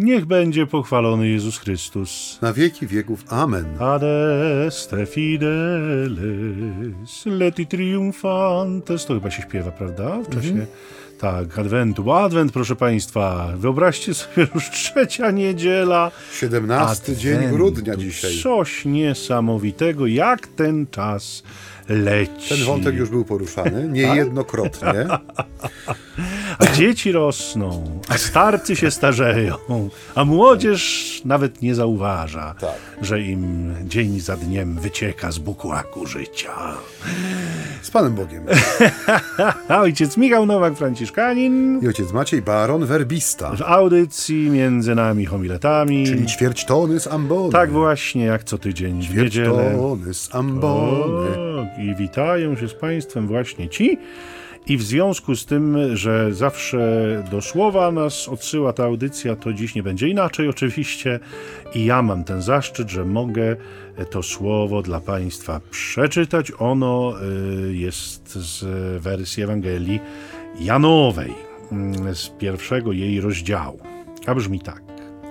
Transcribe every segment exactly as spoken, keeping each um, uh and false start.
Niech będzie pochwalony Jezus Chrystus. Na wieki wieków. Amen. Adeste fideles, leti triumfantes. To chyba się śpiewa, prawda? W czasie... Mhm. Tak, Adwentu. Bo Adwent, proszę Państwa, wyobraźcie sobie, już trzecia niedziela. siedemnasty dzień grudnia dzisiaj. Coś niesamowitego, jak ten czas leci. Ten wątek już był poruszany, niejednokrotnie. A dzieci rosną, a starcy się starzeją, a młodzież nawet nie zauważa, tak. że im dzień za dniem wycieka z bukłaku życia. Z Panem Bogiem. Ojciec Michał Nowak-Franciszkanin i ojciec Maciej Baron-Werbista. W audycji Między nami homiletami. Czyli ćwierć tony z ambony. Tak właśnie, jak co tydzień w niedzielę. Ćwierć tony z ambony. O, i witają się z Państwem właśnie ci. I w związku z tym, że zawsze do słowa nas odsyła ta audycja, to dziś nie będzie inaczej oczywiście. I ja mam ten zaszczyt, że mogę to słowo dla Państwa przeczytać. Ono jest z wersji Ewangelii Janowej, z pierwszego jej rozdziału. A brzmi tak.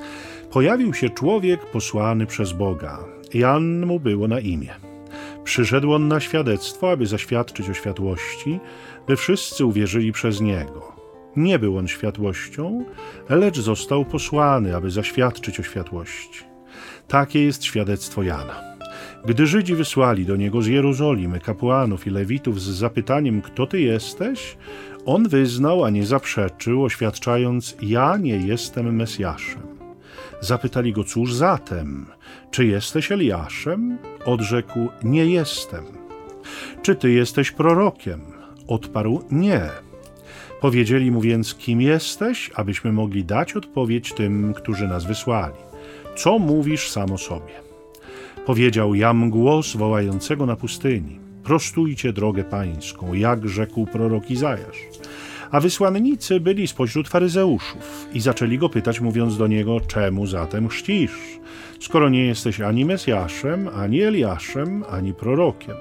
Pojawił się człowiek posłany przez Boga. Jan mu było na imię. Przyszedł on na świadectwo, aby zaświadczyć o światłości, by wszyscy uwierzyli przez niego. Nie był on światłością, lecz został posłany, aby zaświadczyć o światłości. Takie jest świadectwo Jana. Gdy Żydzi wysłali do niego z Jerozolimy kapłanów i lewitów z zapytaniem, kto ty jesteś, on wyznał, a nie zaprzeczył, oświadczając, ja nie jestem Mesjaszem. Zapytali go, cóż zatem? Czy jesteś Eliaszem? Odrzekł, nie jestem. Czy ty jesteś prorokiem? Odparł, nie. Powiedzieli mu więc, kim jesteś, abyśmy mogli dać odpowiedź tym, którzy nas wysłali. Co mówisz sam o sobie? Powiedział, jam głos wołającego na pustyni. Prostujcie drogę pańską, jak rzekł prorok Izajasz. A wysłannicy byli spośród faryzeuszów i zaczęli go pytać, mówiąc do niego, czemu zatem chrzcisz, skoro nie jesteś ani Mesjaszem, ani Eliaszem, ani prorokiem.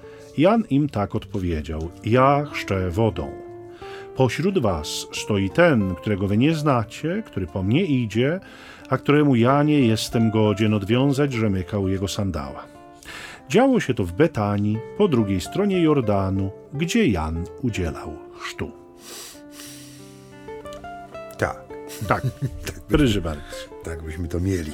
Jan im tak odpowiedział, ja chrzczę wodą. Pośród was stoi ten, którego wy nie znacie, który po mnie idzie, a któremu ja nie jestem godzien odwiązać rzemyka u jego sandała. Działo się to w Betanii, po drugiej stronie Jordanu, gdzie Jan udzielał chrztu. Tak. Tak, proszę bardzo. Tak byśmy to mieli.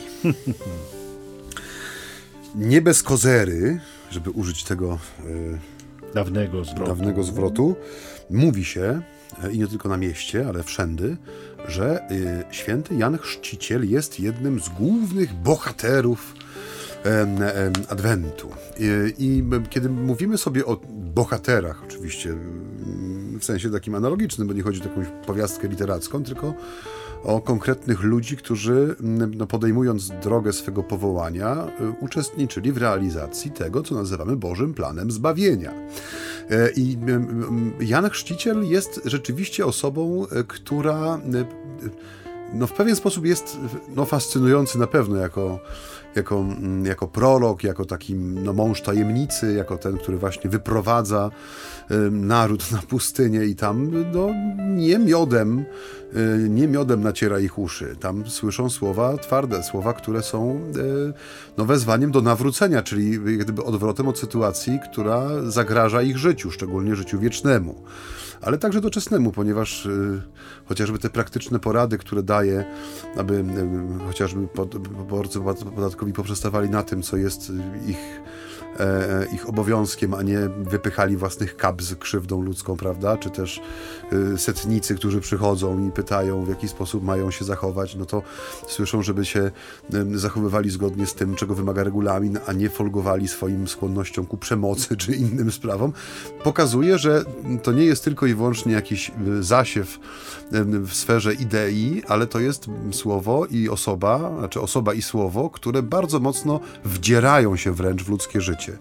Nie bez kozery, żeby użyć tego e, dawnego zwrotu. dawnego zwrotu, mówi się, e, i nie tylko na mieście, ale wszędy, że e, święty Jan Chrzciciel jest jednym z głównych bohaterów e, e, Adwentu. I, I kiedy mówimy sobie o bohaterach, oczywiście w sensie takim analogicznym, bo nie chodzi o jakąś powiastkę literacką, tylko o konkretnych ludzi, którzy no, podejmując drogę swego powołania, uczestniczyli w realizacji tego, co nazywamy Bożym planem zbawienia. I Jan Chrzciciel jest rzeczywiście osobą, która no, w pewien sposób jest no, fascynujący na pewno jako, jako, jako prorok, jako taki no, mąż tajemnicy, jako ten, który właśnie wyprowadza naród na pustynię i tam no, nie miodem, nie miodem naciera ich uszy. Tam słyszą słowa twarde, słowa, które są no, wezwaniem do nawrócenia, czyli jak gdyby odwrotem od sytuacji, która zagraża ich życiu, szczególnie życiu wiecznemu. Ale także doczesnemu, ponieważ y, chociażby te praktyczne porady, które daje, aby y, chociażby poborcy podatkowi poprzestawali na tym, co jest ich, e, ich obowiązkiem, a nie wypychali własnych kap z krzywdą ludzką, prawda? Czy też y, setnicy, którzy przychodzą i pytają, w jaki sposób mają się zachować, no to słyszą, żeby się y, zachowywali zgodnie z tym, czego wymaga regulamin, a nie folgowali swoim skłonnościom ku przemocy czy innym sprawom. Pokazuje, że to nie jest tylko i wyłącznie jakiś zasiew w sferze idei, ale to jest słowo i osoba, znaczy osoba i słowo, które bardzo mocno wdzierają się wręcz w ludzkie życie świecie.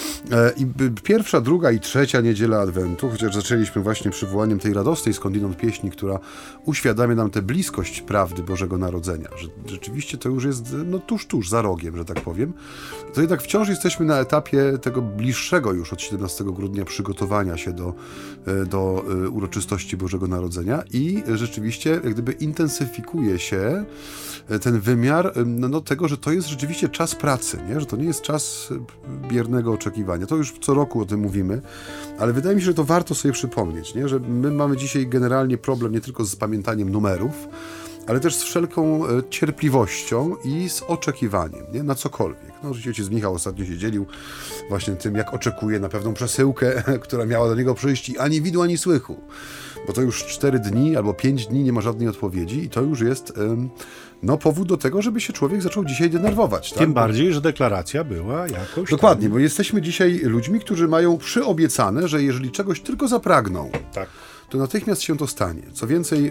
I pierwsza, druga i trzecia niedziela Adwentu, chociaż zaczęliśmy właśnie przywołaniem tej radosnej skądinąd pieśni, która uświadamia nam tę bliskość prawdy Bożego Narodzenia, że rzeczywiście to już jest no, tuż, tuż, za rogiem, że tak powiem, to jednak wciąż jesteśmy na etapie tego bliższego już od siedemnastego grudnia przygotowania się do, do uroczystości Bożego Narodzenia i rzeczywiście jak gdyby intensyfikuje się ten wymiar no, tego, że to jest rzeczywiście czas pracy, nie? Że to nie jest czas biernego oczekiwania. To już co roku o tym mówimy, ale wydaje mi się, że to warto sobie przypomnieć, nie? Że my mamy dzisiaj generalnie problem nie tylko z pamiętaniem numerów, ale też z wszelką cierpliwością i z oczekiwaniem, nie? Na cokolwiek. No, oczywiście ojciec Michał ostatnio się dzielił właśnie tym, jak oczekuje na pewną przesyłkę, która miała do niego przyjść i ani widu, ani słychu. Bo to już cztery dni albo pięć dni nie ma żadnej odpowiedzi i to już jest no, powód do tego, żeby się człowiek zaczął dzisiaj denerwować. Tak? Tym bardziej, że deklaracja była jakoś... Dokładnie, tam... bo jesteśmy dzisiaj ludźmi, którzy mają przyobiecane, że jeżeli czegoś tylko zapragną, tak. to natychmiast się to stanie. Co więcej,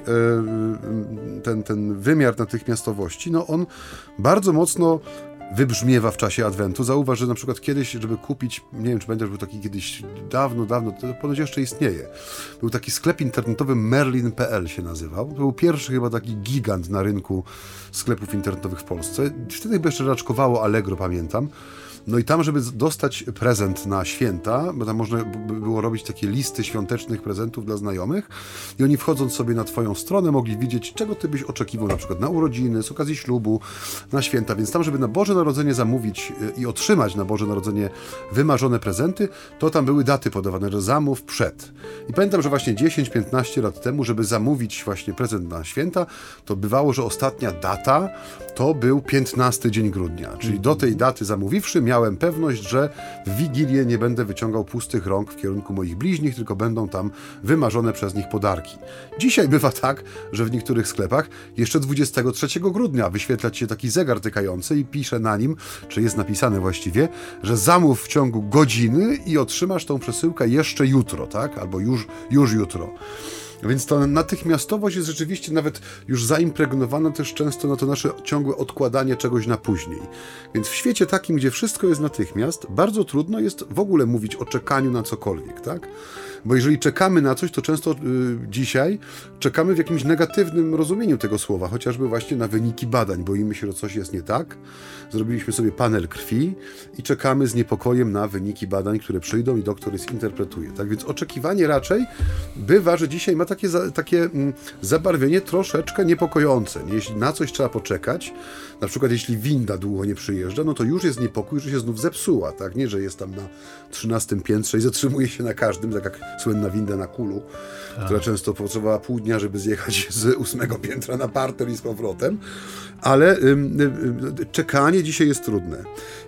ten, ten wymiar natychmiastowości, no on bardzo mocno wybrzmiewa w czasie Adwentu. Zauważ, że na przykład kiedyś, żeby kupić, nie wiem, czy pamiętasz, był taki kiedyś dawno, dawno, to ponoć jeszcze istnieje. Był taki sklep internetowy merlin kropka p l się nazywał. To był pierwszy chyba taki gigant na rynku sklepów internetowych w Polsce. Wtedy chyba jeszcze raczkowało Allegro, pamiętam. No i tam, żeby dostać prezent na święta, bo tam można było robić takie listy świątecznych prezentów dla znajomych i oni wchodząc sobie na twoją stronę mogli widzieć, czego ty byś oczekiwał na przykład na urodziny, z okazji ślubu, na święta. Więc tam, żeby na Boże Narodzenie zamówić i otrzymać na Boże Narodzenie wymarzone prezenty, to tam były daty podawane, że zamów przed. I pamiętam, że właśnie dziesięć piętnaście lat temu, żeby zamówić właśnie prezent na święta, to bywało, że ostatnia data to był piętnasty dzień grudnia, czyli mm. do tej daty zamówiwszy miałem pewność, że w Wigilię nie będę wyciągał pustych rąk w kierunku moich bliźnich, tylko będą tam wymarzone przez nich podarki. Dzisiaj bywa tak, że w niektórych sklepach jeszcze dwudziestego trzeciego grudnia wyświetla ci się taki zegar tykający i pisze na nim, czy jest napisane właściwie, że zamów w ciągu godziny i otrzymasz tą przesyłkę jeszcze jutro, tak? Albo już, już jutro. Więc ta natychmiastowość jest rzeczywiście nawet już zaimpregnowana też często na to nasze ciągłe odkładanie czegoś na później. Więc w świecie takim, gdzie wszystko jest natychmiast, bardzo trudno jest w ogóle mówić o czekaniu na cokolwiek, tak? Bo jeżeli czekamy na coś, to często y, dzisiaj czekamy w jakimś negatywnym rozumieniu tego słowa, chociażby właśnie na wyniki badań. Boimy się, że coś jest nie tak. Zrobiliśmy sobie panel krwi i czekamy z niepokojem na wyniki badań, które przyjdą i doktor je zinterpretuje. Tak więc oczekiwanie raczej bywa, że dzisiaj ma takie, za, takie mm, zabarwienie troszeczkę niepokojące. Jeśli na coś trzeba poczekać, na przykład jeśli winda długo nie przyjeżdża, no to już jest niepokój, że się znów zepsuła, tak? Nie, że jest tam na trzynastym piętrze i zatrzymuje się na każdym, tak jak słynna winda na Kulu, A. która często potrzebowała pół dnia, żeby zjechać z ósmego piętra na parter i z powrotem, ale ym, ym, czekanie dzisiaj jest trudne.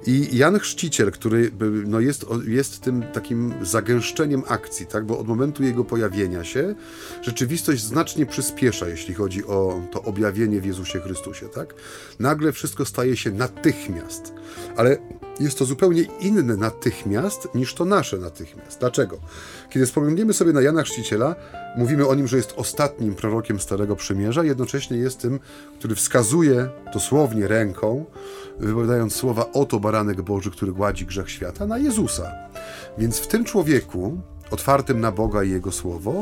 I Jan Chrzciciel, który no, jest, jest tym takim zagęszczeniem akcji, tak? Bo od momentu jego pojawienia się rzeczywistość znacznie przyspiesza, jeśli chodzi o to objawienie w Jezusie Chrystusie, tak? Nagle wszystko staje się natychmiast, ale jest to zupełnie inne natychmiast niż to nasze natychmiast. Dlaczego? Kiedy spoglądniemy sobie na Jana Chrzciciela, mówimy o nim, że jest ostatnim prorokiem Starego Przymierza, jednocześnie jest tym, który wskazuje dosłownie ręką, wypowiadając słowa oto baranek Boży, który gładzi grzech świata, na Jezusa. Więc w tym człowieku, otwartym na Boga i Jego Słowo,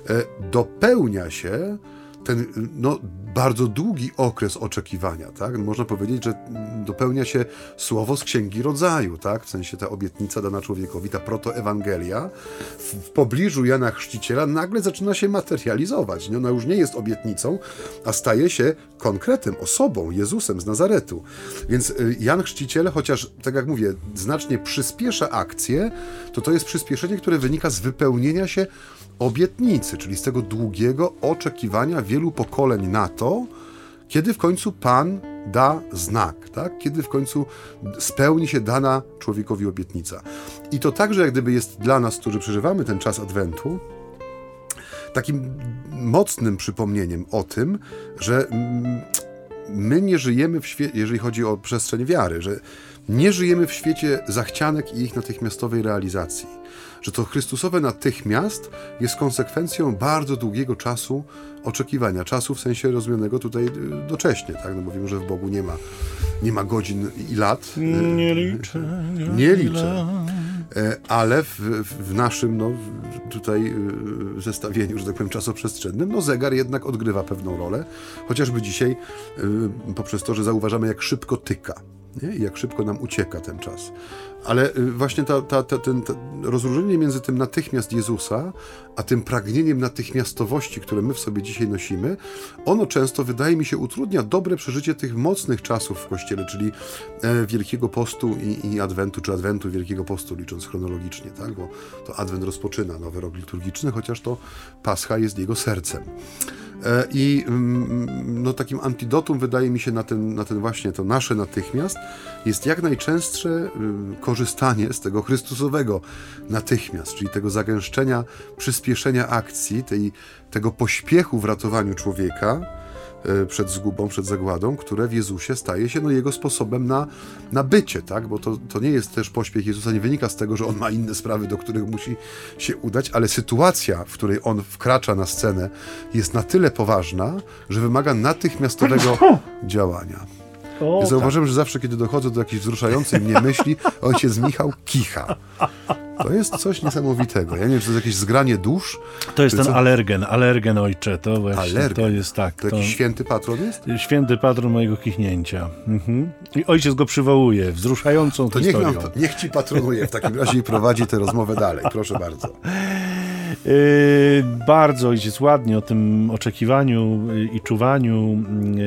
dopełnia się ten no, bardzo długi okres oczekiwania, tak? Można powiedzieć, że dopełnia się słowo z Księgi Rodzaju, tak? W sensie ta obietnica dana człowiekowi, ta protoewangelia w, w pobliżu Jana Chrzciciela nagle zaczyna się materializować. Ona już nie jest obietnicą, a staje się konkretem, osobą, Jezusem z Nazaretu. Więc Jan Chrzciciel, chociaż, tak jak mówię, znacznie przyspiesza akcję, to to jest przyspieszenie, które wynika z wypełnienia się obietnicy, czyli z tego długiego oczekiwania wielu pokoleń na to, kiedy w końcu Pan da znak, tak? Kiedy w końcu spełni się dana człowiekowi obietnica. I to także jak gdyby jest dla nas, którzy przeżywamy ten czas Adwentu, takim mocnym przypomnieniem o tym, że my nie żyjemy w świecie, jeżeli chodzi o przestrzeń wiary, że nie żyjemy w świecie zachcianek i ich natychmiastowej realizacji. Że to Chrystusowe natychmiast jest konsekwencją bardzo długiego czasu oczekiwania. Czasu w sensie rozumianego tutaj docześnie, tak? No bo wiem, że w Bogu nie ma, nie ma godzin i lat. Nie liczę. Nie liczę. Ale w, w naszym no, tutaj zestawieniu, że tak powiem, czasoprzestrzennym, no zegar jednak odgrywa pewną rolę. Chociażby dzisiaj poprzez to, że zauważamy, jak szybko tyka. Nie? I jak szybko nam ucieka ten czas. Ale właśnie ta, ta, ta, ten, ta rozróżnienie między tym natychmiast Jezusa, a tym pragnieniem natychmiastowości, które my w sobie dzisiaj nosimy, ono często, wydaje mi się, utrudnia dobre przeżycie tych mocnych czasów w Kościele, czyli Wielkiego Postu i, i Adwentu, czy Adwentu Wielkiego Postu, licząc chronologicznie, tak? Bo to Adwent rozpoczyna nowy rok liturgiczny, chociaż to Pascha jest jego sercem. I no, takim antidotum, wydaje mi się, na ten, na ten właśnie to nasze natychmiast jest jak najczęstsze korzystanie z tego Chrystusowego natychmiast, czyli tego zagęszczenia, przyspieszenia akcji, tej, tego pośpiechu w ratowaniu człowieka przed zgubą, przed zagładą, które w Jezusie staje się no, jego sposobem na, na bycie, tak? Bo to, to nie jest też pośpiech Jezusa, nie wynika z tego, że on ma inne sprawy, do których musi się udać, ale sytuacja, w której on wkracza na scenę, jest na tyle poważna, że wymaga natychmiastowego działania. O, ja zauważyłem, tak. że zawsze, kiedy dochodzę do jakiejś wzruszającej mnie myśli, ojciec Michał kicha. To jest coś niesamowitego. Ja nie wiem, czy to jest jakieś zgranie dusz. To jest ten co? alergen, alergen ojcze, to właśnie, Alergen. to jest tak. To jakiś święty patron jest? Święty patron mojego kichnięcia. Mhm. I ojciec go przywołuje, wzruszającą To niech, historią. nam, niech ci patronuje w takim razie i prowadzi tę rozmowę dalej. Proszę bardzo. Yy, bardzo ojciec ładnie o tym oczekiwaniu i czuwaniu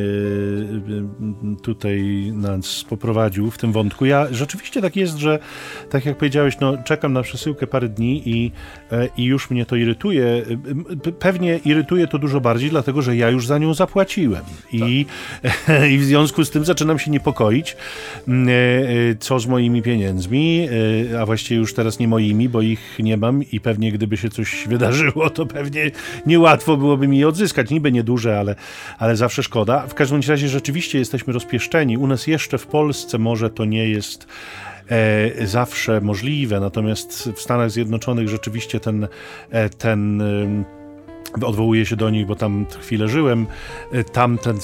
yy, tutaj nas poprowadził w tym wątku. Ja rzeczywiście tak jest, że tak jak powiedziałeś, no czekam na przesyłkę parę dni i, yy, i już mnie to irytuje. Yy, pewnie irytuje to dużo bardziej, dlatego że ja już za nią zapłaciłem i, tak. i w związku z tym zaczynam się niepokoić, yy, co z moimi pieniędzmi, yy, a właściwie już teraz nie moimi, bo ich nie mam i pewnie gdyby się coś wydarzyło, to pewnie niełatwo byłoby mi je odzyskać. Niby nieduże, ale, ale zawsze szkoda. W każdym razie rzeczywiście jesteśmy rozpieszczeni. U nas jeszcze w Polsce może to nie jest e, zawsze możliwe, natomiast w Stanach Zjednoczonych rzeczywiście ten, e, ten e, odwołuję się do nich, bo tam chwilę żyłem. Tam ten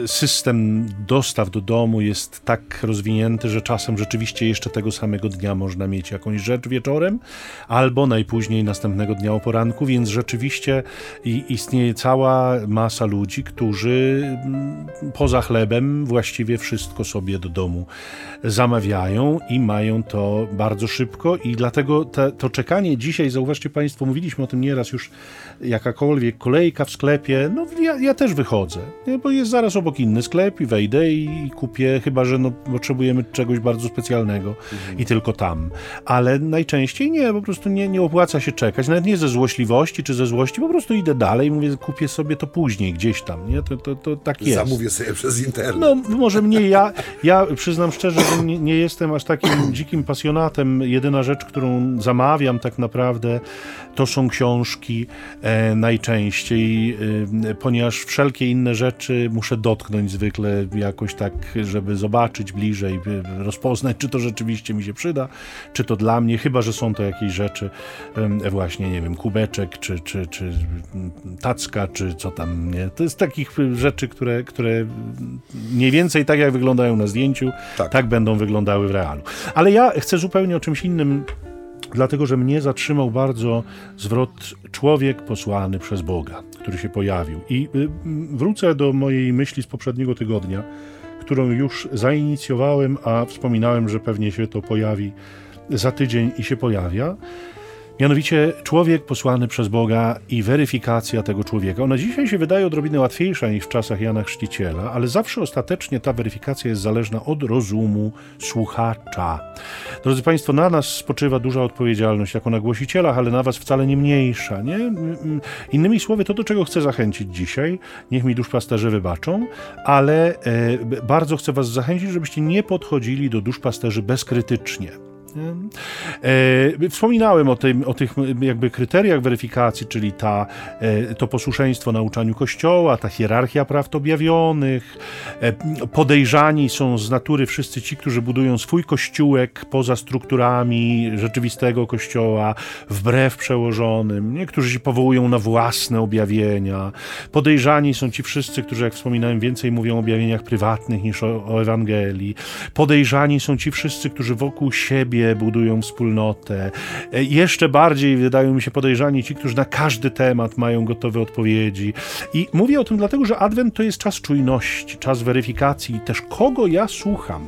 system dostaw do domu jest tak rozwinięty, że czasem rzeczywiście jeszcze tego samego dnia można mieć jakąś rzecz wieczorem, albo najpóźniej następnego dnia o poranku, więc rzeczywiście istnieje cała masa ludzi, którzy poza chlebem właściwie wszystko sobie do domu zamawiają i mają to bardzo szybko i dlatego te, to czekanie dzisiaj, zauważcie Państwo, mówiliśmy o tym nieraz już, jakakolwiek kolejka w sklepie, no ja, ja też wychodzę, nie? Bo jest zaraz obok inny sklep i wejdę i, i kupię, chyba że no, potrzebujemy czegoś bardzo specjalnego mhm. i tylko tam. Ale najczęściej nie, po prostu nie, nie opłaca się czekać, nawet nie ze złośliwości czy ze złości, po prostu idę dalej i mówię, kupię sobie to później gdzieś tam, nie? To, to, to tak jest. Zamówię sobie przez internet. No może mniej, ja, ja przyznam szczerze, że nie, nie jestem aż takim dzikim pasjonatem. Jedyna rzecz, którą zamawiam tak naprawdę, to są książki e, najczęściej, e, ponieważ wszelkie inne rzeczy muszę dotknąć zwykle jakoś tak, żeby zobaczyć bliżej, rozpoznać, czy to rzeczywiście mi się przyda, czy to dla mnie, chyba że są to jakieś rzeczy e, właśnie, nie wiem, kubeczek, czy, czy, czy tacka, czy co tam, nie? To jest takich rzeczy, które, które mniej więcej tak jak wyglądają na zdjęciu, tak. tak będą wyglądały w realu. Ale ja chcę zupełnie o czymś innym, dlatego że mnie zatrzymał bardzo zwrot człowiek posłany przez Boga, który się pojawił. I wrócę do mojej myśli z poprzedniego tygodnia, którą już zainicjowałem, a wspominałem, że pewnie się to pojawi za tydzień i się pojawia. Mianowicie człowiek posłany przez Boga i weryfikacja tego człowieka. Ona dzisiaj się wydaje odrobinę łatwiejsza niż w czasach Jana Chrzciciela, ale zawsze ostatecznie ta weryfikacja jest zależna od rozumu słuchacza. Drodzy Państwo, na nas spoczywa duża odpowiedzialność jako na głosicielach, ale na Was wcale nie mniejsza, nie? Innymi słowy, to do czego chcę zachęcić dzisiaj, niech mi duszpasterze wybaczą, ale e, bardzo chcę Was zachęcić, żebyście nie podchodzili do duszpasterzy bezkrytycznie. E, wspominałem o, tym, o tych jakby kryteriach weryfikacji, czyli ta, e, to posłuszeństwo nauczaniu Kościoła, ta hierarchia prawd objawionych. E, podejrzani są z natury wszyscy ci, którzy budują swój kościółek poza strukturami rzeczywistego Kościoła, wbrew przełożonym, nie? Którzy się powołują na własne objawienia. Podejrzani są ci wszyscy, którzy, jak wspominałem, więcej mówią o objawieniach prywatnych niż o, o Ewangelii. Podejrzani są ci wszyscy, którzy wokół siebie budują wspólnotę. Jeszcze bardziej wydają mi się podejrzani ci, którzy na każdy temat mają gotowe odpowiedzi. I mówię o tym dlatego, że Adwent to jest czas czujności, czas weryfikacji i też kogo ja słucham.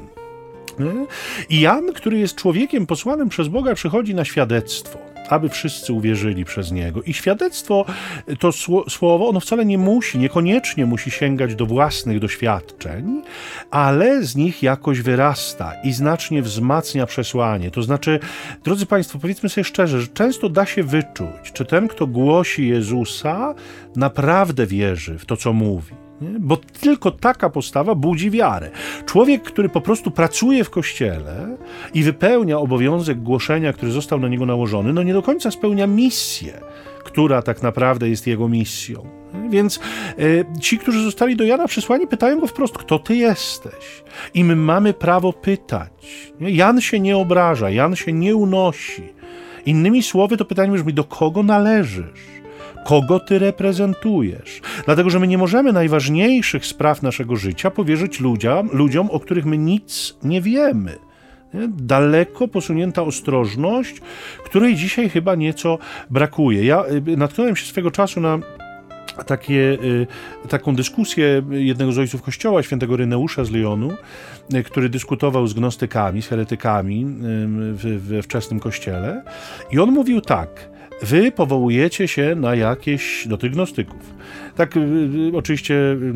I Jan, który jest człowiekiem posłanym przez Boga, przychodzi na świadectwo, aby wszyscy uwierzyli przez niego. I świadectwo, to słowo, ono wcale nie musi, niekoniecznie musi sięgać do własnych doświadczeń, ale z nich jakoś wyrasta i znacznie wzmacnia przesłanie. To znaczy, drodzy Państwo, powiedzmy sobie szczerze, że często da się wyczuć, czy ten, kto głosi Jezusa, naprawdę wierzy w to, co mówi. Nie? Bo tylko taka postawa budzi wiarę. Człowiek, który po prostu pracuje w kościele i wypełnia obowiązek głoszenia, który został na niego nałożony, no nie do końca spełnia misję, która tak naprawdę jest jego misją. Więc y, ci, którzy zostali do Jana przysłani, pytają go wprost, kto ty jesteś? I my mamy prawo pytać. Nie? Jan się nie obraża, Jan się nie unosi. Innymi słowy, to pytanie brzmi, do kogo należysz? Kogo ty reprezentujesz? Dlatego, że my nie możemy najważniejszych spraw naszego życia powierzyć ludziom, ludziom o których my nic nie wiemy. Nie? Daleko posunięta ostrożność, której dzisiaj chyba nieco brakuje. Ja natknąłem się swego czasu na takie, taką dyskusję jednego z ojców Kościoła, świętego Ryneusza z Lyonu, który dyskutował z gnostykami, z heretykami we wczesnym Kościele. I on mówił tak: wy powołujecie się na jakieś, do tych gnostyków. Tak y, oczywiście y, y,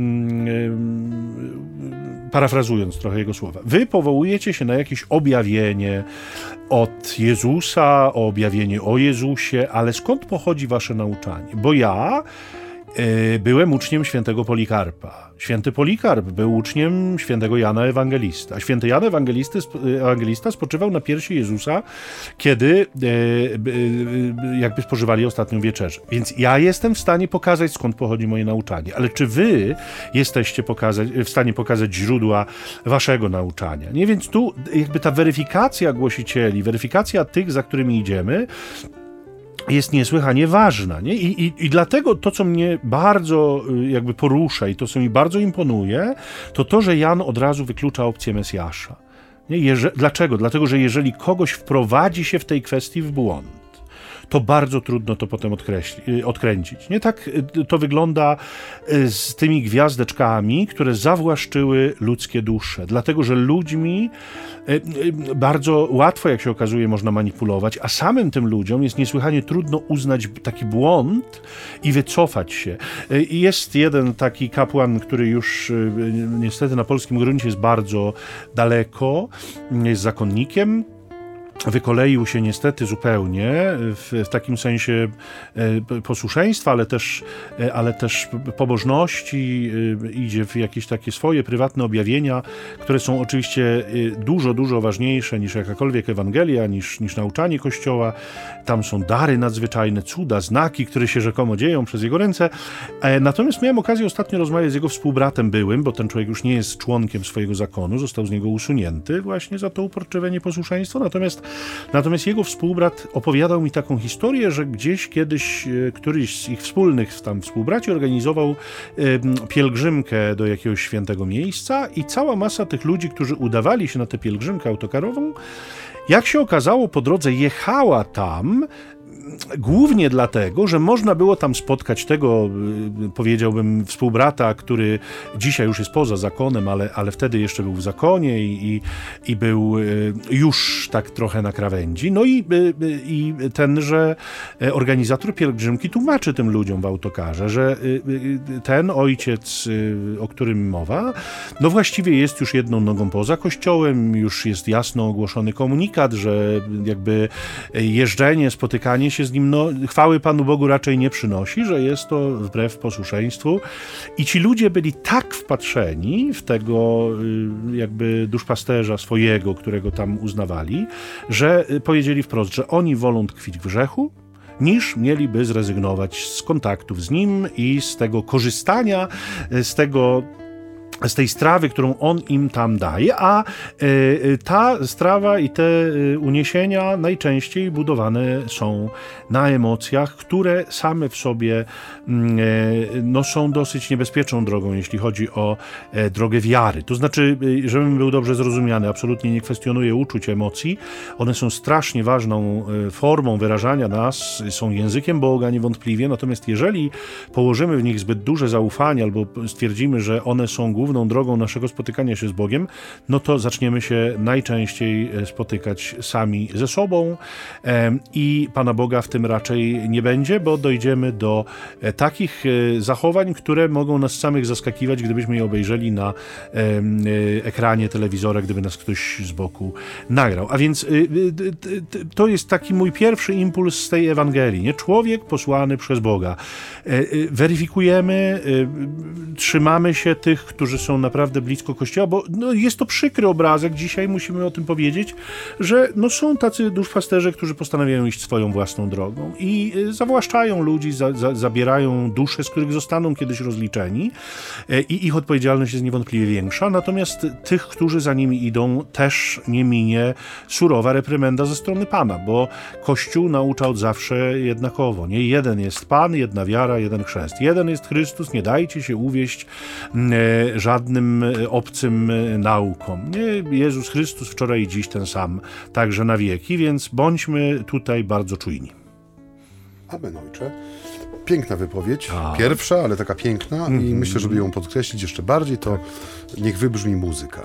parafrazując trochę jego słowa. Wy powołujecie się na jakieś objawienie od Jezusa, o objawienie o Jezusie, ale skąd pochodzi wasze nauczanie? Bo ja y, byłem uczniem świętego Polikarpa. Święty Polikarp był uczniem świętego Jana Ewangelista. Święty Jan Ewangelisty, Ewangelista spoczywał na piersi Jezusa, kiedy e, e, jakby spożywali ostatnią wieczerzę. Więc ja jestem w stanie pokazać, skąd pochodzi moje nauczanie. Ale czy wy jesteście pokazać, w stanie pokazać źródła waszego nauczania? Nie? Więc tu jakby ta weryfikacja głosicieli, weryfikacja tych, za którymi idziemy, jest niesłychanie ważna. Nie? I, i, I dlatego to, co mnie bardzo jakby porusza i to, co mi bardzo imponuje, to to, że Jan od razu wyklucza opcję Mesjasza. Nie? Jeże, dlaczego? Dlatego, że jeżeli kogoś wprowadzi się w tej kwestii w błąd, to bardzo trudno to potem odkręcić. Nie tak to wygląda z tymi gwiazdeczkami, które zawłaszczyły ludzkie dusze. Dlatego, że ludźmi bardzo łatwo, jak się okazuje, można manipulować, a samym tym ludziom jest niesłychanie trudno uznać taki błąd i wycofać się. Jest jeden taki kapłan, który już niestety na polskim gruncie jest bardzo daleko, jest zakonnikiem, wykoleił się niestety zupełnie w, w takim sensie e, posłuszeństwa, ale też, e, ale też pobożności, e, idzie w jakieś takie swoje prywatne objawienia, które są oczywiście e, dużo, dużo ważniejsze niż jakakolwiek Ewangelia, niż, niż nauczanie Kościoła. Tam są dary nadzwyczajne, cuda, znaki, które się rzekomo dzieją przez jego ręce. E, natomiast miałem okazję ostatnio rozmawiać z jego współbratem byłym, bo ten człowiek już nie jest członkiem swojego zakonu, został z niego usunięty właśnie za to uporczywe nieposłuszeństwo, natomiast Natomiast jego współbrat opowiadał mi taką historię, że gdzieś kiedyś któryś z ich wspólnych tam współbraci organizował pielgrzymkę do jakiegoś świętego miejsca i cała masa tych ludzi, którzy udawali się na tę pielgrzymkę autokarową, jak się okazało, po drodze jechała tam głównie dlatego, że można było tam spotkać tego, powiedziałbym, współbrata, który dzisiaj już jest poza zakonem, ale, ale wtedy jeszcze był w zakonie i, i, i był już tak trochę na krawędzi. No i, i tenże organizator pielgrzymki tłumaczy tym ludziom w autokarze, że ten ojciec, o którym mowa, no właściwie jest już jedną nogą poza kościołem, już jest jasno ogłoszony komunikat, że jakby jeżdżenie, spotykanie spotkanie się z nim no, chwały Panu Bogu raczej nie przynosi, że jest to wbrew posłuszeństwu. I ci ludzie byli tak wpatrzeni w tego jakby duszpasterza swojego, którego tam uznawali, że powiedzieli wprost, że oni wolą tkwić w grzechu, niż mieliby zrezygnować z kontaktów z nim i z tego korzystania, z tego z tej strawy, którą on im tam daje, a y, ta strawa i te y, uniesienia najczęściej budowane są na emocjach, które same w sobie y, no, są dosyć niebezpieczną drogą, jeśli chodzi o y, drogę wiary. To znaczy, y, żebym był dobrze zrozumiany, absolutnie nie kwestionuję uczuć, emocji. One są strasznie ważną y, formą wyrażania nas, są językiem Boga niewątpliwie, natomiast jeżeli położymy w nich zbyt duże zaufanie albo stwierdzimy, że one są główną drogą naszego spotykania się z Bogiem, no to zaczniemy się najczęściej spotykać sami ze sobą i Pana Boga w tym raczej nie będzie, bo dojdziemy do takich zachowań, które mogą nas samych zaskakiwać, gdybyśmy je obejrzeli na ekranie telewizora, gdyby nas ktoś z boku nagrał. A więc to jest taki mój pierwszy impuls z tej Ewangelii, nie? Człowiek posłany przez Boga. Weryfikujemy, trzymamy się tych, którzy są naprawdę blisko Kościoła, bo no, jest to przykry obrazek, dzisiaj musimy o tym powiedzieć, że no, są tacy duszpasterze, którzy postanawiają iść swoją własną drogą i zawłaszczają ludzi, za, za, zabierają dusze, z których zostaną kiedyś rozliczeni i ich odpowiedzialność jest niewątpliwie większa, natomiast tych, którzy za nimi idą, też nie minie surowa reprymenda ze strony Pana, bo Kościół naucza od zawsze jednakowo, nie? Jeden jest Pan, jedna wiara, jeden chrzest. Jeden jest Chrystus, nie dajcie się uwieść e, żadnym obcym naukom. Nie? Jezus Chrystus wczoraj i dziś ten sam, także na wieki, więc bądźmy tutaj bardzo czujni. Amen, ojcze. Piękna wypowiedź. A. Pierwsza, ale taka piękna Mm-hmm. i myślę, żeby ją podkreślić jeszcze bardziej, to niech wybrzmi muzyka.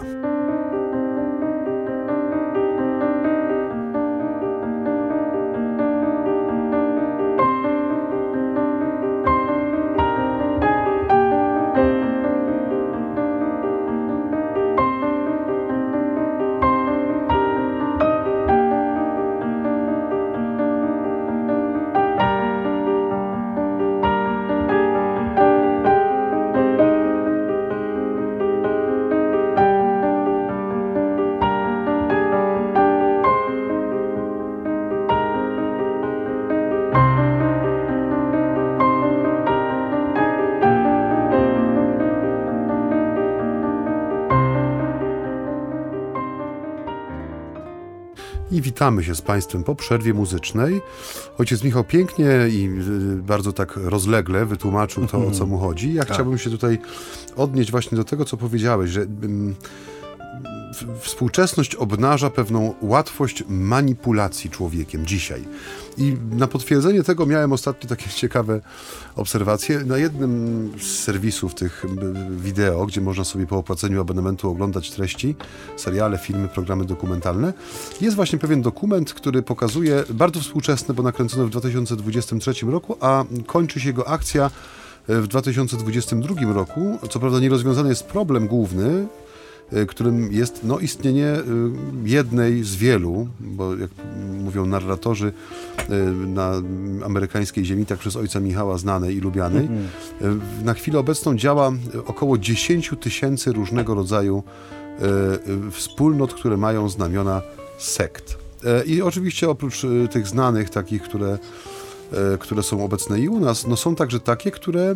I witamy się z Państwem po przerwie muzycznej. Ojciec Michał pięknie i bardzo tak rozlegle wytłumaczył to, o co mu chodzi. Ja chciałbym się tutaj odnieść właśnie do tego, co powiedziałeś, że um, współczesność obnaża pewną łatwość manipulacji człowiekiem dzisiaj. I na potwierdzenie tego miałem ostatnio takie ciekawe obserwacje. Na jednym z serwisów tych wideo, gdzie można sobie po opłaceniu abonamentu oglądać treści, seriale, filmy, programy dokumentalne, jest właśnie pewien dokument, który pokazuje, bardzo współczesny, bo nakręcony w dwa tysiące dwudziestym trzecim roku, a kończy się jego akcja w dwa tysiące dwudziestym drugim roku. Co prawda nierozwiązany jest problem główny, którym jest no, istnienie jednej z wielu, bo jak mówią narratorzy na amerykańskiej ziemi, tak przez ojca Michała znanej i lubianej, mm-hmm. na chwilę obecną działa około dziesięć tysięcy różnego rodzaju wspólnot, które mają znamiona sekt. I oczywiście oprócz tych znanych, takich, które, które są obecne i u nas, no są także takie, które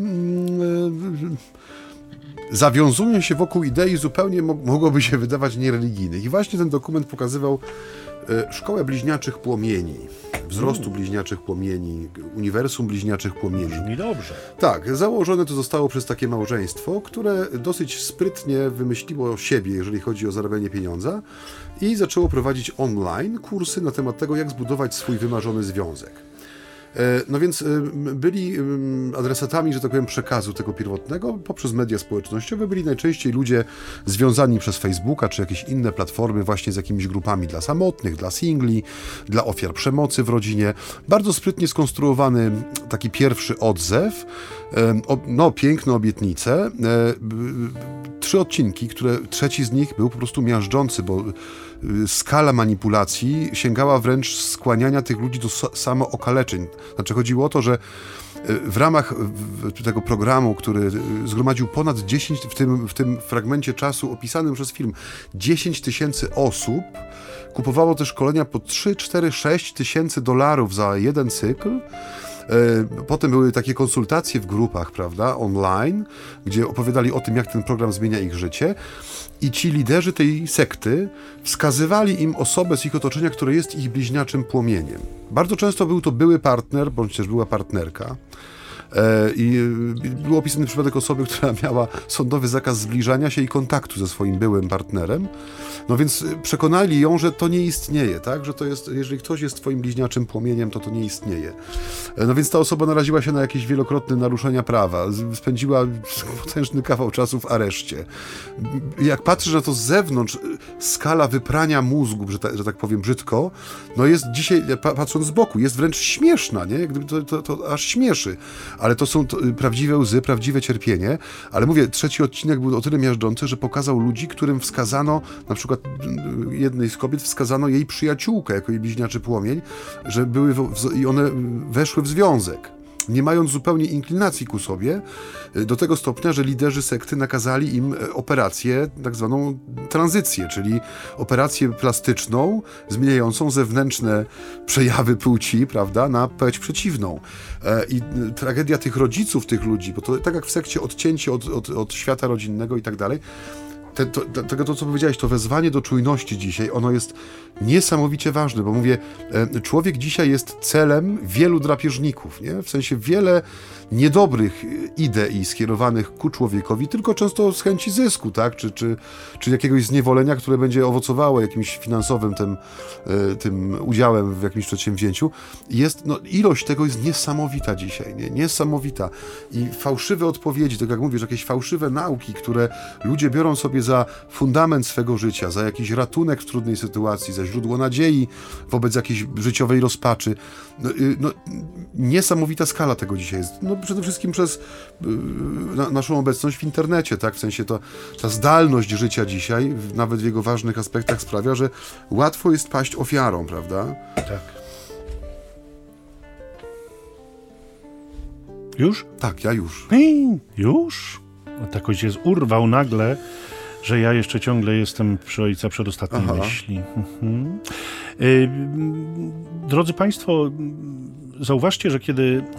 zawiązują się wokół idei zupełnie mogłoby się wydawać niereligijnych. I właśnie ten dokument pokazywał e, szkołę bliźniaczych płomieni, wzrostu mm. bliźniaczych płomieni, uniwersum bliźniaczych płomieni. Brzmi dobrze. Tak, założone to zostało przez takie małżeństwo, które dosyć sprytnie wymyśliło siebie, jeżeli chodzi o zarabianie pieniądza i zaczęło prowadzić online kursy na temat tego, jak zbudować swój wymarzony związek. No więc byli adresatami, że tak powiem, przekazu tego pierwotnego poprzez media społecznościowe. Byli najczęściej ludzie związani przez Facebooka czy jakieś inne platformy właśnie z jakimiś grupami dla samotnych, dla singli, dla ofiar przemocy w rodzinie. Bardzo sprytnie skonstruowany taki pierwszy odzew. No, piękne obietnice. Trzy odcinki, które trzeci z nich był po prostu miażdżący, bo skala manipulacji sięgała wręcz skłaniania tych ludzi do samookaleczeń. Znaczy chodziło o to, że w ramach tego programu, który zgromadził ponad dziesięć, w tym, w tym fragmencie czasu opisanym przez film, dziesięć tysięcy osób, kupowało te szkolenia po trzy, cztery, sześć tysięcy dolarów za jeden cykl. Potem były takie konsultacje w grupach, prawda, online, gdzie opowiadali o tym, jak ten program zmienia ich życie i ci liderzy tej sekty wskazywali im osobę z ich otoczenia, która jest ich bliźniaczym płomieniem. Bardzo często był to były partner, bądź też była partnerka. I był opisany przypadek osoby, która miała sądowy zakaz zbliżania się i kontaktu ze swoim byłym partnerem. No więc przekonali ją, że to nie istnieje, tak? Że to jest, jeżeli ktoś jest twoim bliźniaczym płomieniem, to to nie istnieje. No więc ta osoba naraziła się na jakieś wielokrotne naruszenia prawa, spędziła potężny kawał czasu w areszcie. Jak patrzysz na to z zewnątrz, skala wyprania mózgu, że, ta, że tak powiem brzydko, no jest dzisiaj, patrząc z boku, jest wręcz śmieszna, nie? Gdyby to, to, to aż śmieszy. Ale to są to, prawdziwe łzy, prawdziwe cierpienie. Ale mówię, trzeci odcinek był o tyle miażdżący, że pokazał ludzi, którym wskazano, na przykład jednej z kobiet wskazano jej przyjaciółkę jako jej bliźniaczy płomień, że były w, w, i one weszły w związek, nie mając zupełnie inklinacji ku sobie, do tego stopnia, że liderzy sekty nakazali im operację, tak zwaną tranzycję, czyli operację plastyczną zmieniającą zewnętrzne przejawy płci, prawda, na płeć przeciwną. I tragedia tych rodziców, tych ludzi, bo to tak jak w sekcie odcięcie od, od, od świata rodzinnego i tak dalej, Te, to, tego, to co powiedziałeś, to wezwanie do czujności dzisiaj, ono jest niesamowicie ważne, bo mówię, człowiek dzisiaj jest celem wielu drapieżników, nie? W sensie wiele niedobrych idei skierowanych ku człowiekowi, tylko często z chęci zysku, tak? Czy, czy, czy jakiegoś zniewolenia, które będzie owocowało jakimś finansowym tym, tym udziałem w jakimś przedsięwzięciu. Jest, no, ilość tego jest niesamowita dzisiaj, nie? Niesamowita. I fałszywe odpowiedzi, tak jak mówisz, jakieś fałszywe nauki, które ludzie biorą sobie za fundament swego życia, za jakiś ratunek w trudnej sytuacji, za źródło nadziei wobec jakiejś życiowej rozpaczy. No, no, niesamowita skala tego dzisiaj jest. No, przede wszystkim przez na, naszą obecność w internecie, tak? W sensie to, ta zdalność życia dzisiaj, nawet w jego ważnych aspektach sprawia, że łatwo jest paść ofiarą, prawda? Tak. Już? Tak, ja już. Hej, już? No, takoś się urwał nagle, że ja jeszcze ciągle jestem przy ojca przedostatniej Aha. myśli. Mhm. Y, drodzy Państwo, zauważcie, że kiedy y,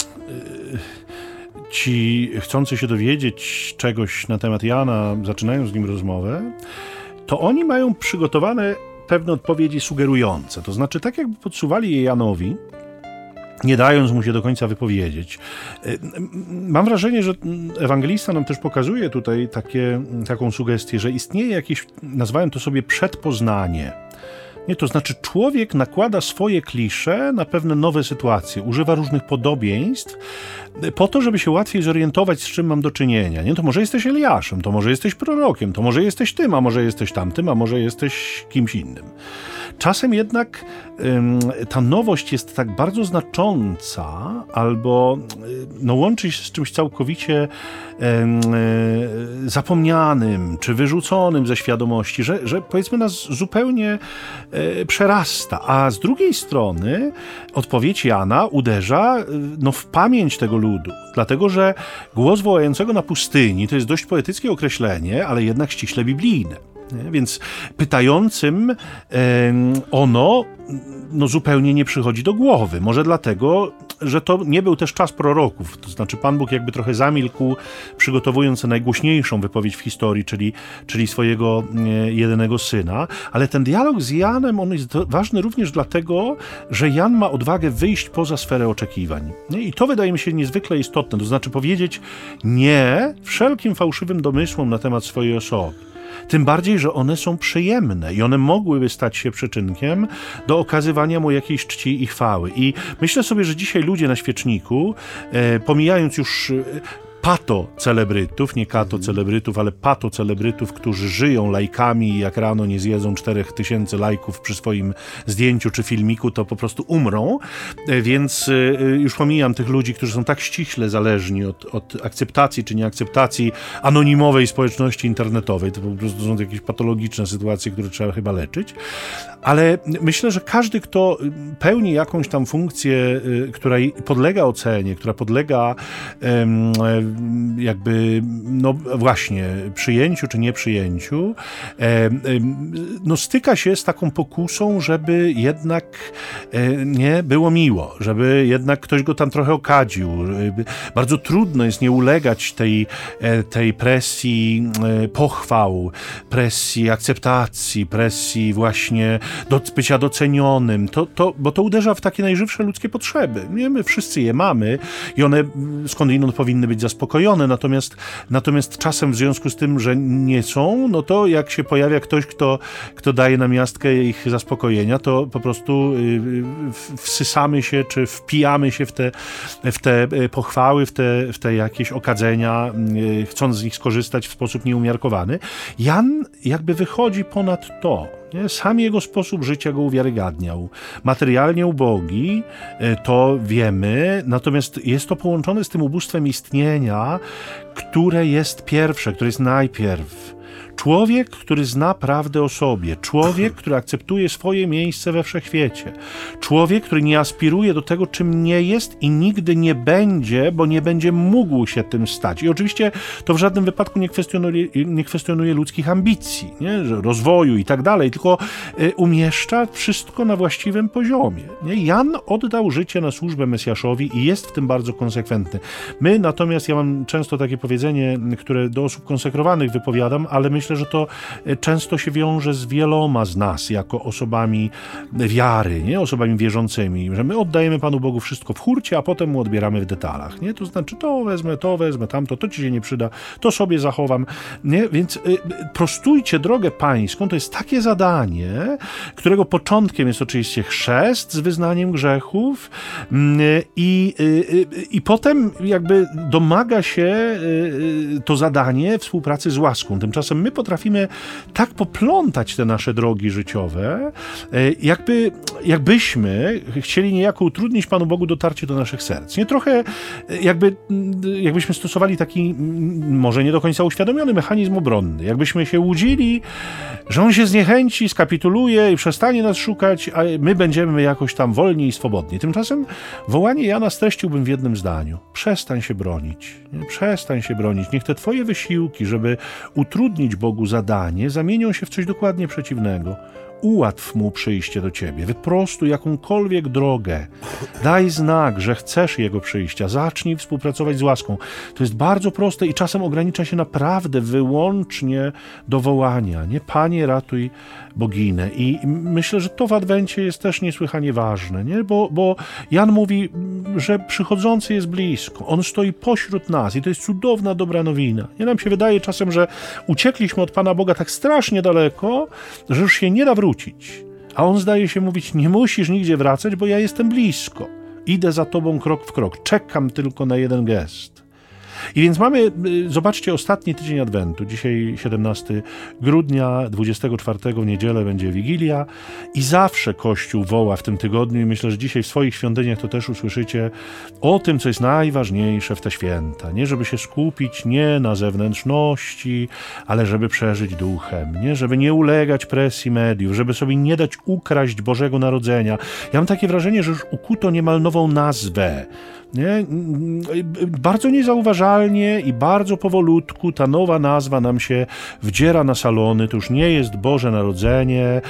ci chcący się dowiedzieć czegoś na temat Jana zaczynają z nim rozmowę, to oni mają przygotowane pewne odpowiedzi sugerujące. To znaczy, tak jakby podsuwali je Janowi, nie dając mu się do końca wypowiedzieć. Mam wrażenie, że ewangelista nam też pokazuje tutaj takie, taką sugestię, że istnieje jakieś, nazwałem to sobie, przedpoznanie. Nie, to znaczy człowiek nakłada swoje klisze na pewne nowe sytuacje, używa różnych podobieństw po to, żeby się łatwiej zorientować, z czym mam do czynienia. Nie? To może jesteś Eliaszem, to może jesteś prorokiem, to może jesteś tym, a może jesteś tamtym, a może jesteś kimś innym. Czasem jednak ym, ta nowość jest tak bardzo znacząca albo no, łączy się z czymś całkowicie ym, y, zapomnianym czy wyrzuconym ze świadomości, że, że powiedzmy nas zupełnie y, przerasta. A z drugiej strony odpowiedź Jana uderza y, no, w pamięć tego ludu, dlatego że głos wołającego na pustyni to jest dość poetyckie określenie, ale jednak ściśle biblijne. Nie? Więc pytającym e, ono no, zupełnie nie przychodzi do głowy. Może dlatego, że to nie był też czas proroków. To znaczy Pan Bóg jakby trochę zamilkł, przygotowując najgłośniejszą wypowiedź w historii, czyli, czyli swojego e, jedynego syna. Ale ten dialog z Janem, on jest ważny również dlatego, że Jan ma odwagę wyjść poza sferę oczekiwań. Nie? I to wydaje mi się niezwykle istotne. To znaczy powiedzieć nie wszelkim fałszywym domysłom na temat swojej osoby. Tym bardziej, że one są przyjemne i one mogłyby stać się przyczynkiem do okazywania mu jakiejś czci i chwały. I myślę sobie, że dzisiaj ludzie na świeczniku, e, pomijając już e, pato celebrytów, nie kato celebrytów, ale pato celebrytów, którzy żyją lajkami i jak rano nie zjedzą czterech tysięcy lajków przy swoim zdjęciu czy filmiku, to po prostu umrą. Więc już pomijam tych ludzi, którzy są tak ściśle zależni od, od akceptacji czy nieakceptacji anonimowej społeczności internetowej. To po prostu są jakieś patologiczne sytuacje, które trzeba chyba leczyć. Ale myślę, że każdy, kto pełni jakąś tam funkcję, która podlega ocenie, która podlega jakby, no właśnie, przyjęciu czy nieprzyjęciu, no styka się z taką pokusą, żeby jednak nie było miło, żeby jednak ktoś go tam trochę okadził. Bardzo trudno jest nie ulegać tej, tej presji pochwał, presji akceptacji, presji właśnie do bycia docenionym, to, to, bo to uderza w takie najżywsze ludzkie potrzeby. Nie, my wszyscy je mamy i one skądinąd powinny być zaspokojone, natomiast, natomiast czasem w związku z tym, że nie są, no to jak się pojawia ktoś, kto, kto daje namiastkę ich zaspokojenia, to po prostu wsysamy się, czy wpijamy się w te, w te pochwały, w te, w te jakieś okadzenia, chcąc z nich skorzystać w sposób nieumiarkowany. Jan jakby wychodzi ponad to. Nie? Sam jego sposób życia go uwiarygadniał. Materialnie ubogi, to wiemy, natomiast jest to połączone z tym ubóstwem istnienia, które jest pierwsze, które jest najpierw. Człowiek, który zna prawdę o sobie. Człowiek, który akceptuje swoje miejsce we wszechświecie. Człowiek, który nie aspiruje do tego, czym nie jest i nigdy nie będzie, bo nie będzie mógł się tym stać. I oczywiście to w żadnym wypadku nie kwestionuje, nie kwestionuje ludzkich ambicji, nie? Że rozwoju i tak dalej, tylko y, umieszcza wszystko na właściwym poziomie. Nie? Jan oddał życie na służbę Mesjaszowi i jest w tym bardzo konsekwentny. My natomiast, ja mam często takie powiedzenie, które do osób konsekrowanych wypowiadam, ale myślę, że to często się wiąże z wieloma z nas jako osobami wiary, nie? Osobami wierzącymi, że my oddajemy Panu Bogu wszystko w hurcie, a potem mu odbieramy w detalach. Nie? To znaczy to wezmę, to wezmę, tamto, to ci się nie przyda, to sobie zachowam. Nie? Więc y, prostujcie drogę pańską, to jest takie zadanie, którego początkiem jest oczywiście chrzest z wyznaniem grzechów y, y, y, i potem jakby domaga się y, to zadanie współpracy z łaską. Tymczasem my potrafimy tak poplątać te nasze drogi życiowe, jakby, jakbyśmy chcieli niejako utrudnić Panu Bogu dotarcie do naszych serc. Nie trochę jakby, jakbyśmy stosowali taki może nie do końca uświadomiony mechanizm obronny. Jakbyśmy się łudzili, że on się zniechęci, skapituluje i przestanie nas szukać, a my będziemy jakoś tam wolni i swobodni. Tymczasem wołanie Jana streściłbym w jednym zdaniu. Przestań się bronić. Nie? Przestań się bronić. Niech te twoje wysiłki, żeby utrudnić Bogu zadanie, zamienią się w coś dokładnie przeciwnego. Ułatw mu przyjście do ciebie, wyprostuj jakąkolwiek drogę, daj znak, że chcesz jego przyjścia, zacznij współpracować z łaską. To jest bardzo proste i czasem ogranicza się naprawdę wyłącznie do wołania. Nie, Panie, ratuj boginę. I myślę, że to w Adwencie jest też niesłychanie ważne, nie? Bo, bo Jan mówi, że przychodzący jest blisko. On stoi pośród nas i to jest cudowna, dobra nowina. Nie, nam się wydaje czasem, że uciekliśmy od Pana Boga tak strasznie daleko, że już się nie da wrócić. A on zdaje się mówić, nie musisz nigdzie wracać, bo ja jestem blisko. Idę za tobą krok w krok. Czekam tylko na jeden gest. I więc mamy, zobaczcie, ostatni tydzień Adwentu. Dzisiaj siedemnastego grudnia, dwudziestego czwartego w niedzielę będzie Wigilia i zawsze Kościół woła w tym tygodniu i myślę, że dzisiaj w swoich świątyniach to też usłyszycie o tym, co jest najważniejsze w te święta. Nie żeby się skupić nie na zewnętrzności, ale żeby przeżyć duchem, nie? Żeby nie ulegać presji mediów, żeby sobie nie dać ukraść Bożego Narodzenia. Ja mam takie wrażenie, że już ukuto niemal nową nazwę. Nie? Bardzo niezauważalnie i bardzo powolutku ta nowa nazwa nam się wdziera na salony. To już nie jest Boże Narodzenie,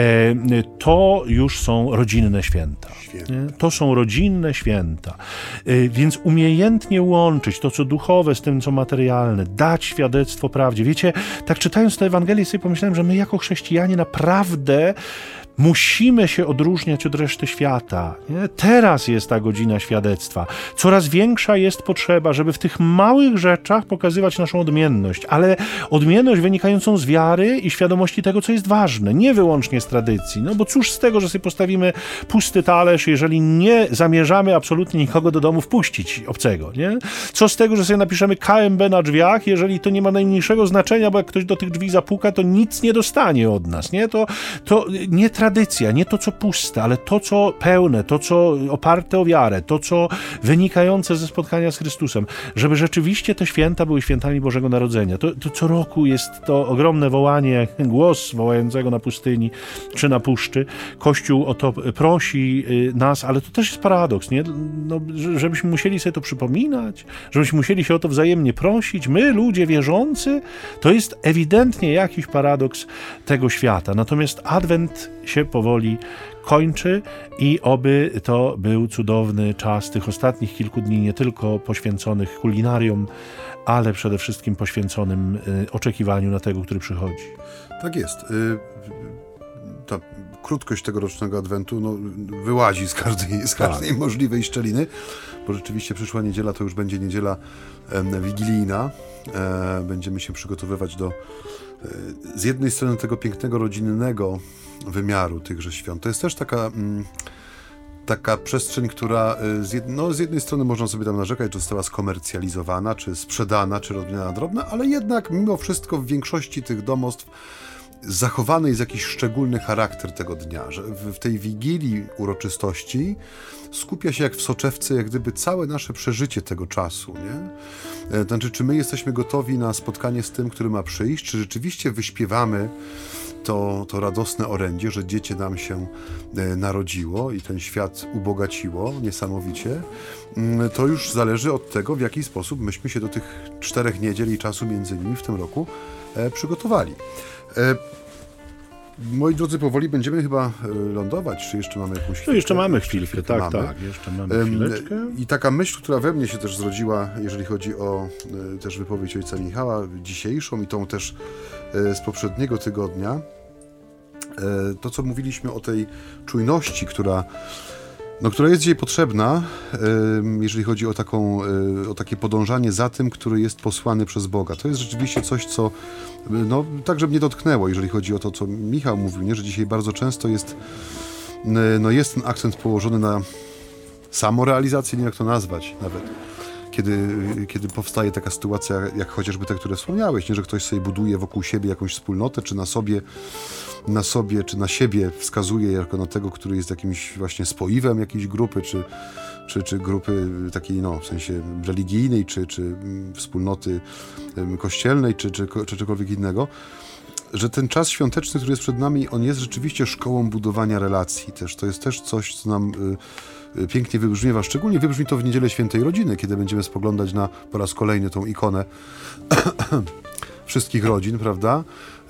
to już są rodzinne święta. Nie? To są rodzinne święta. Więc umiejętnie łączyć to, co duchowe z tym, co materialne, dać świadectwo prawdzie. Wiecie, tak czytając tę Ewangelię sobie pomyślałem, że my jako chrześcijanie naprawdę Musimy się odróżniać od reszty świata. Nie? Teraz jest ta godzina świadectwa. Coraz większa jest potrzeba, żeby w tych małych rzeczach pokazywać naszą odmienność, ale odmienność wynikającą z wiary i świadomości tego, co jest ważne, nie wyłącznie z tradycji. No bo cóż z tego, że sobie postawimy pusty talerz, jeżeli nie zamierzamy absolutnie nikogo do domu wpuścić obcego, nie? Co z tego, że sobie napiszemy K M B na drzwiach, jeżeli to nie ma najmniejszego znaczenia, bo jak ktoś do tych drzwi zapuka, to nic nie dostanie od nas, nie? To, to nie tradycja, nie to, co puste, ale to, co pełne, to, co oparte o wiarę, to, co wynikające ze spotkania z Chrystusem, żeby rzeczywiście te święta były świętami Bożego Narodzenia. To, to co roku jest to ogromne wołanie, głos wołającego na pustyni czy na puszczy. Kościół o to prosi nas, ale to też jest paradoks, nie? No, żebyśmy musieli sobie to przypominać, żebyśmy musieli się o to wzajemnie prosić. My, ludzie wierzący, to jest ewidentnie jakiś paradoks tego świata. Natomiast Adwent się powoli kończy i oby to był cudowny czas tych ostatnich kilku dni, nie tylko poświęconych kulinariom, ale przede wszystkim poświęconym y, oczekiwaniu na tego, który przychodzi. Tak jest. Y, ta krótkość tegorocznego Adwentu no, wyłazi z każdej, z każdej tak. możliwej szczeliny, bo rzeczywiście przyszła niedziela to już będzie niedziela e, wigilijna. E, będziemy się przygotowywać do e, z jednej strony tego pięknego, rodzinnego wymiaru tychże świąt. To jest też taka... Mm, taka przestrzeń, która z, jed... no, z jednej strony można sobie tam narzekać, że została skomercjalizowana, czy sprzedana, czy robiona na drobne, ale jednak mimo wszystko w większości tych domostw zachowany jest jakiś szczególny charakter tego dnia, że w tej wigilii uroczystości skupia się jak w soczewce, jak gdyby całe nasze przeżycie tego czasu, nie? Znaczy, czy my jesteśmy gotowi na spotkanie z tym, który ma przyjść, czy rzeczywiście wyśpiewamy To, to radosne orędzie, że dziecię nam się e, narodziło i ten świat ubogaciło niesamowicie, mm, to już zależy od tego, w jaki sposób myśmy się do tych czterech niedziel i czasu między nimi w tym roku e, przygotowali. E, moi drodzy, powoli będziemy chyba e, lądować, czy jeszcze mamy jakąś chwilkę? No jeszcze mamy chwilkę, chwilkę tak, mamy. tak, jeszcze mamy chwileczkę. E, I taka myśl, która we mnie się też zrodziła, jeżeli chodzi o e, też wypowiedź ojca Michała dzisiejszą i tą też e, z poprzedniego tygodnia, to, co mówiliśmy o tej czujności, która, no, która jest dzisiaj potrzebna, jeżeli chodzi o, taką, o takie podążanie za tym, który jest posłany przez Boga. To jest rzeczywiście coś, co no, także mnie dotknęło, jeżeli chodzi o to, co Michał mówił, nie? Że dzisiaj bardzo często jest, no, jest ten akcent położony na samorealizację, nie wiem jak to nazwać nawet. Kiedy, kiedy powstaje taka sytuacja, jak chociażby te, które wspomniałeś, nie? Że ktoś sobie buduje wokół siebie jakąś wspólnotę, czy na sobie, na sobie, czy na siebie wskazuje jako na tego, który jest jakimś właśnie spoiwem jakiejś grupy, czy, czy, czy grupy takiej, no, w sensie religijnej, czy, czy wspólnoty kościelnej, czy, czy, czy czegokolwiek innego, że ten czas świąteczny, który jest przed nami, on jest rzeczywiście szkołą budowania relacji też. To jest też coś, co nam y, pięknie wybrzmiewa, szczególnie wybrzmi to w Niedzielę Świętej Rodziny, kiedy będziemy spoglądać na po raz kolejny tą ikonę wszystkich rodzin, prawda?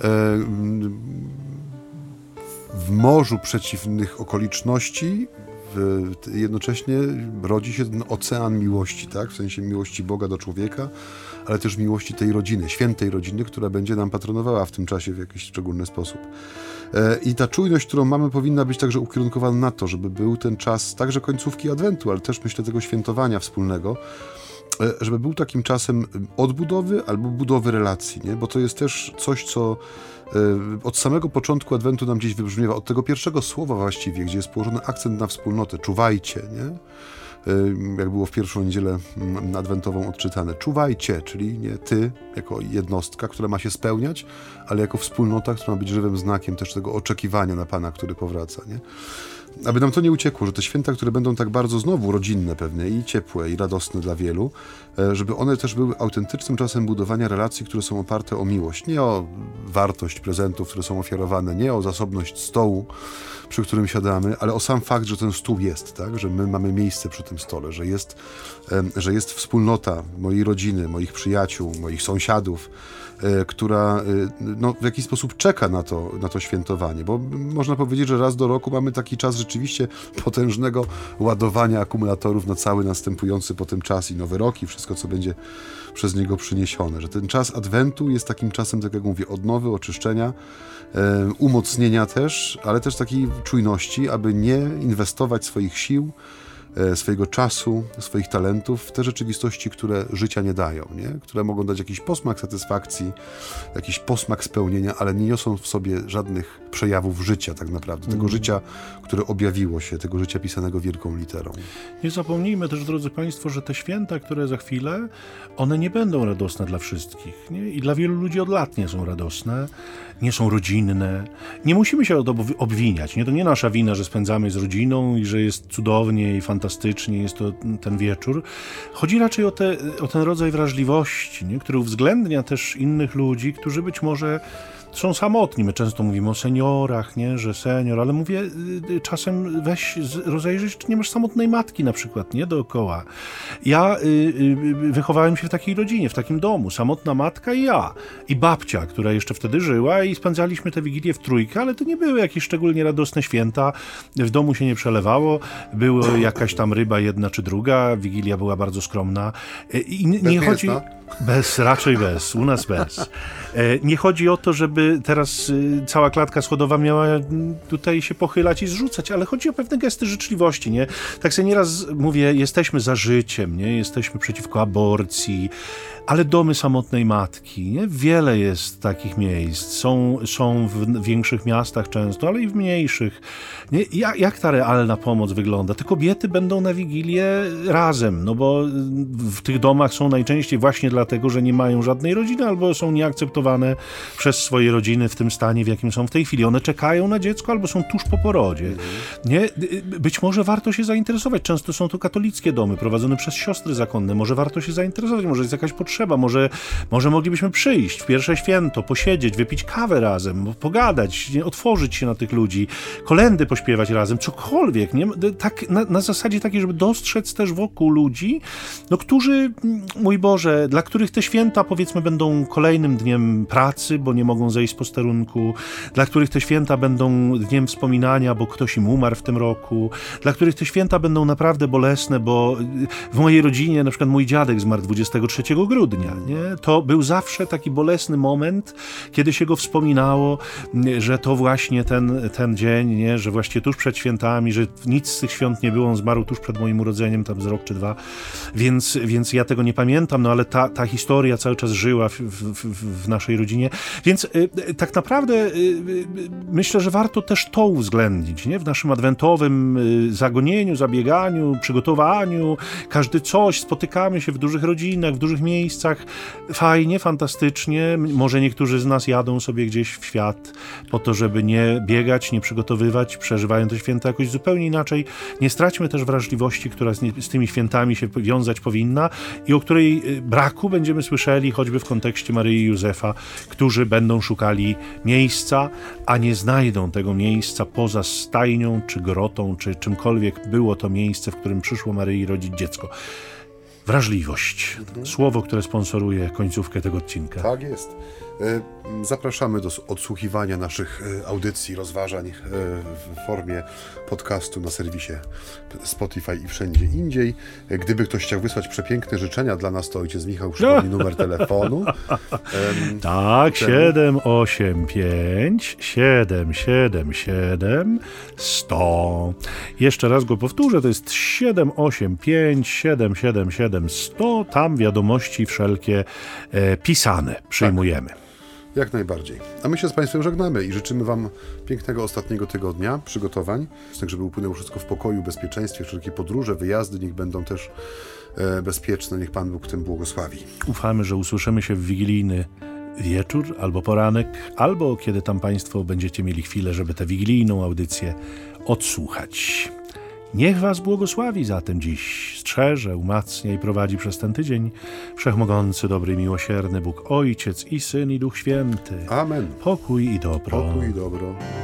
W morzu przeciwnych okoliczności w, jednocześnie rodzi się ten ocean miłości, tak? W sensie miłości Boga do człowieka, ale też miłości tej rodziny, świętej rodziny, która będzie nam patronowała w tym czasie w jakiś szczególny sposób. I ta czujność, którą mamy, powinna być także ukierunkowana na to, żeby był ten czas także końcówki Adwentu, ale też myślę tego świętowania wspólnego, żeby był takim czasem odbudowy albo budowy relacji, nie? Bo to jest też coś, co od samego początku Adwentu nam gdzieś wybrzmiewa, od tego pierwszego słowa właściwie, gdzie jest położony akcent na wspólnotę, czuwajcie, nie? Jak było w pierwszą niedzielę adwentową odczytane. Czuwajcie, czyli nie ty jako jednostka, która ma się spełniać, ale jako wspólnota, która ma być żywym znakiem też tego oczekiwania na Pana, który powraca, nie? Aby nam to nie uciekło, że te święta, które będą tak bardzo znowu rodzinne pewnie i ciepłe i radosne dla wielu, żeby one też były autentycznym czasem budowania relacji, które są oparte o miłość, nie o wartość prezentów, które są ofiarowane, nie o zasobność stołu, przy którym siadamy, ale o sam fakt, że ten stół jest, tak? Że my mamy miejsce przy tej tym stole, że jest, że jest wspólnota mojej rodziny, moich przyjaciół, moich sąsiadów, która no, w jakiś sposób czeka na to, na to świętowanie, bo można powiedzieć, że raz do roku mamy taki czas rzeczywiście potężnego ładowania akumulatorów na cały następujący potem czas i nowy rok i wszystko, co będzie przez niego przyniesione, że ten czas Adwentu jest takim czasem, tak jak mówię, odnowy, oczyszczenia, umocnienia też, ale też takiej czujności, aby nie inwestować swoich sił, swojego czasu, swoich talentów w te rzeczywistości, które życia nie dają, nie? Które mogą dać jakiś posmak satysfakcji, jakiś posmak spełnienia, ale nie niosą w sobie żadnych przejawów życia tak naprawdę, tego mm. życia, które objawiło się, tego życia pisanego wielką literą. Nie zapomnijmy też, drodzy Państwo, że te święta, które za chwilę, one nie będą radosne dla wszystkich, nie? I dla wielu ludzi od lat nie są radosne, nie są rodzinne. Nie musimy się o to obwiniać, nie? To nie nasza wina, że spędzamy z rodziną i że jest cudownie i fantastycznie jest to ten wieczór. Chodzi raczej o, te, o ten rodzaj wrażliwości, nie? Który uwzględnia też innych ludzi, którzy być może są samotni. My często mówimy o seniorach, nie? Że senior, ale mówię czasem weź rozejrzyj, czy nie masz samotnej matki na przykład, nie? Dookoła. Ja y, y, wychowałem się w takiej rodzinie, w takim domu. Samotna matka i ja. I babcia, która jeszcze wtedy żyła i spędzaliśmy te Wigilię w trójkę, ale to nie były jakieś szczególnie radosne święta. W domu się nie przelewało. Była jakaś tam ryba jedna czy druga. Wigilia była bardzo skromna. I nie, nie chodzi... Bez, raczej bez, u nas bez. Nie chodzi o to, żeby teraz cała klatka schodowa miała tutaj się pochylać i zrzucać, ale chodzi o pewne gesty życzliwości, nie? Tak sobie nieraz mówię, jesteśmy za życiem, nie? Jesteśmy przeciwko aborcji, ale domy samotnej matki, nie? Wiele jest takich miejsc, są, są w większych miastach często, ale i w mniejszych. Nie? Jak, jak ta realna pomoc wygląda? Te kobiety będą na Wigilię razem, no bo w tych domach są najczęściej właśnie dlatego, że nie mają żadnej rodziny albo są nieakceptowane przez swoje rodziny w tym stanie, w jakim są w tej chwili. One czekają na dziecko albo są tuż po porodzie. Nie? Być może warto się zainteresować. Często są to katolickie domy prowadzone przez siostry zakonne. Może warto się zainteresować, może jest jakaś potrzeba, może, może moglibyśmy przyjść w pierwsze święto, posiedzieć, wypić kawę razem, pogadać, nie? Otworzyć się na tych ludzi, kolędy pośpiewać razem, cokolwiek. Nie? Tak, na, na zasadzie takiej, żeby dostrzec też wokół ludzi, no, którzy, mój Boże, dla których te święta, powiedzmy, będą kolejnym dniem pracy, bo nie mogą zejść z posterunku, dla których te święta będą dniem wspominania, bo ktoś im umarł w tym roku, dla których te święta będą naprawdę bolesne, bo w mojej rodzinie na przykład mój dziadek zmarł dwudziestego trzeciego grudnia. Nie? To był zawsze taki bolesny moment, kiedy się go wspominało, że to właśnie ten, ten dzień, nie? Że właściwie tuż przed świętami, że nic z tych świąt nie było, on zmarł tuż przed moim urodzeniem, tam z rok czy dwa, więc, więc ja tego nie pamiętam, no ale ta, ta historia cały czas żyła w, w, w naszej rodzinie, więc y, tak naprawdę y, y, myślę, że warto też to uwzględnić, nie? W naszym adwentowym y, zagonieniu, zabieganiu, przygotowaniu, każdy coś, spotykamy się w dużych rodzinach, w dużych miejscach, fajnie, fantastycznie, może niektórzy z nas jadą sobie gdzieś w świat po to, żeby nie biegać, nie przygotowywać, przeżywają te święta jakoś zupełnie inaczej. Nie straćmy też wrażliwości, która z, nie, z tymi świętami się wiązać powinna i o której braku będziemy słyszeli choćby w kontekście Maryi i Józefa, którzy będą szukali miejsca, a nie znajdą tego miejsca poza stajnią, czy grotą, czy czymkolwiek było to miejsce, w którym przyszło Maryi rodzić dziecko. Wrażliwość. Mhm. Słowo, które sponsoruje końcówkę tego odcinka. Tak jest. Zapraszamy do odsłuchiwania naszych audycji, rozważań w formie podcastu na serwisie Spotify i wszędzie indziej. Gdyby ktoś chciał wysłać przepiękne życzenia dla nas, to ojciec Michał przypomni numer telefonu. Tak, siedem osiem pięć siedem siedem siedem sto. Jeszcze raz go powtórzę, to jest siedem osiem pięć siedem siedem siedem sto. Tam wiadomości wszelkie e, pisane przyjmujemy. Tak. Jak najbardziej. A my się z Państwem żegnamy i życzymy Wam pięknego ostatniego tygodnia, przygotowań, tak żeby upłynęło wszystko w pokoju, bezpieczeństwie, wszelkie podróże, wyjazdy niech będą też e, bezpieczne, niech Pan Bóg tym błogosławi. Ufamy, że usłyszymy się w wigilijny wieczór albo poranek, albo kiedy tam Państwo będziecie mieli chwilę, żeby tę wigilijną audycję odsłuchać. Niech Was błogosławi zatem dziś, strzeże, umacnia i prowadzi przez ten tydzień Wszechmogący, dobry i miłosierny Bóg, Ojciec i Syn i Duch Święty. Amen. Pokój i dobro. Pokój i dobro.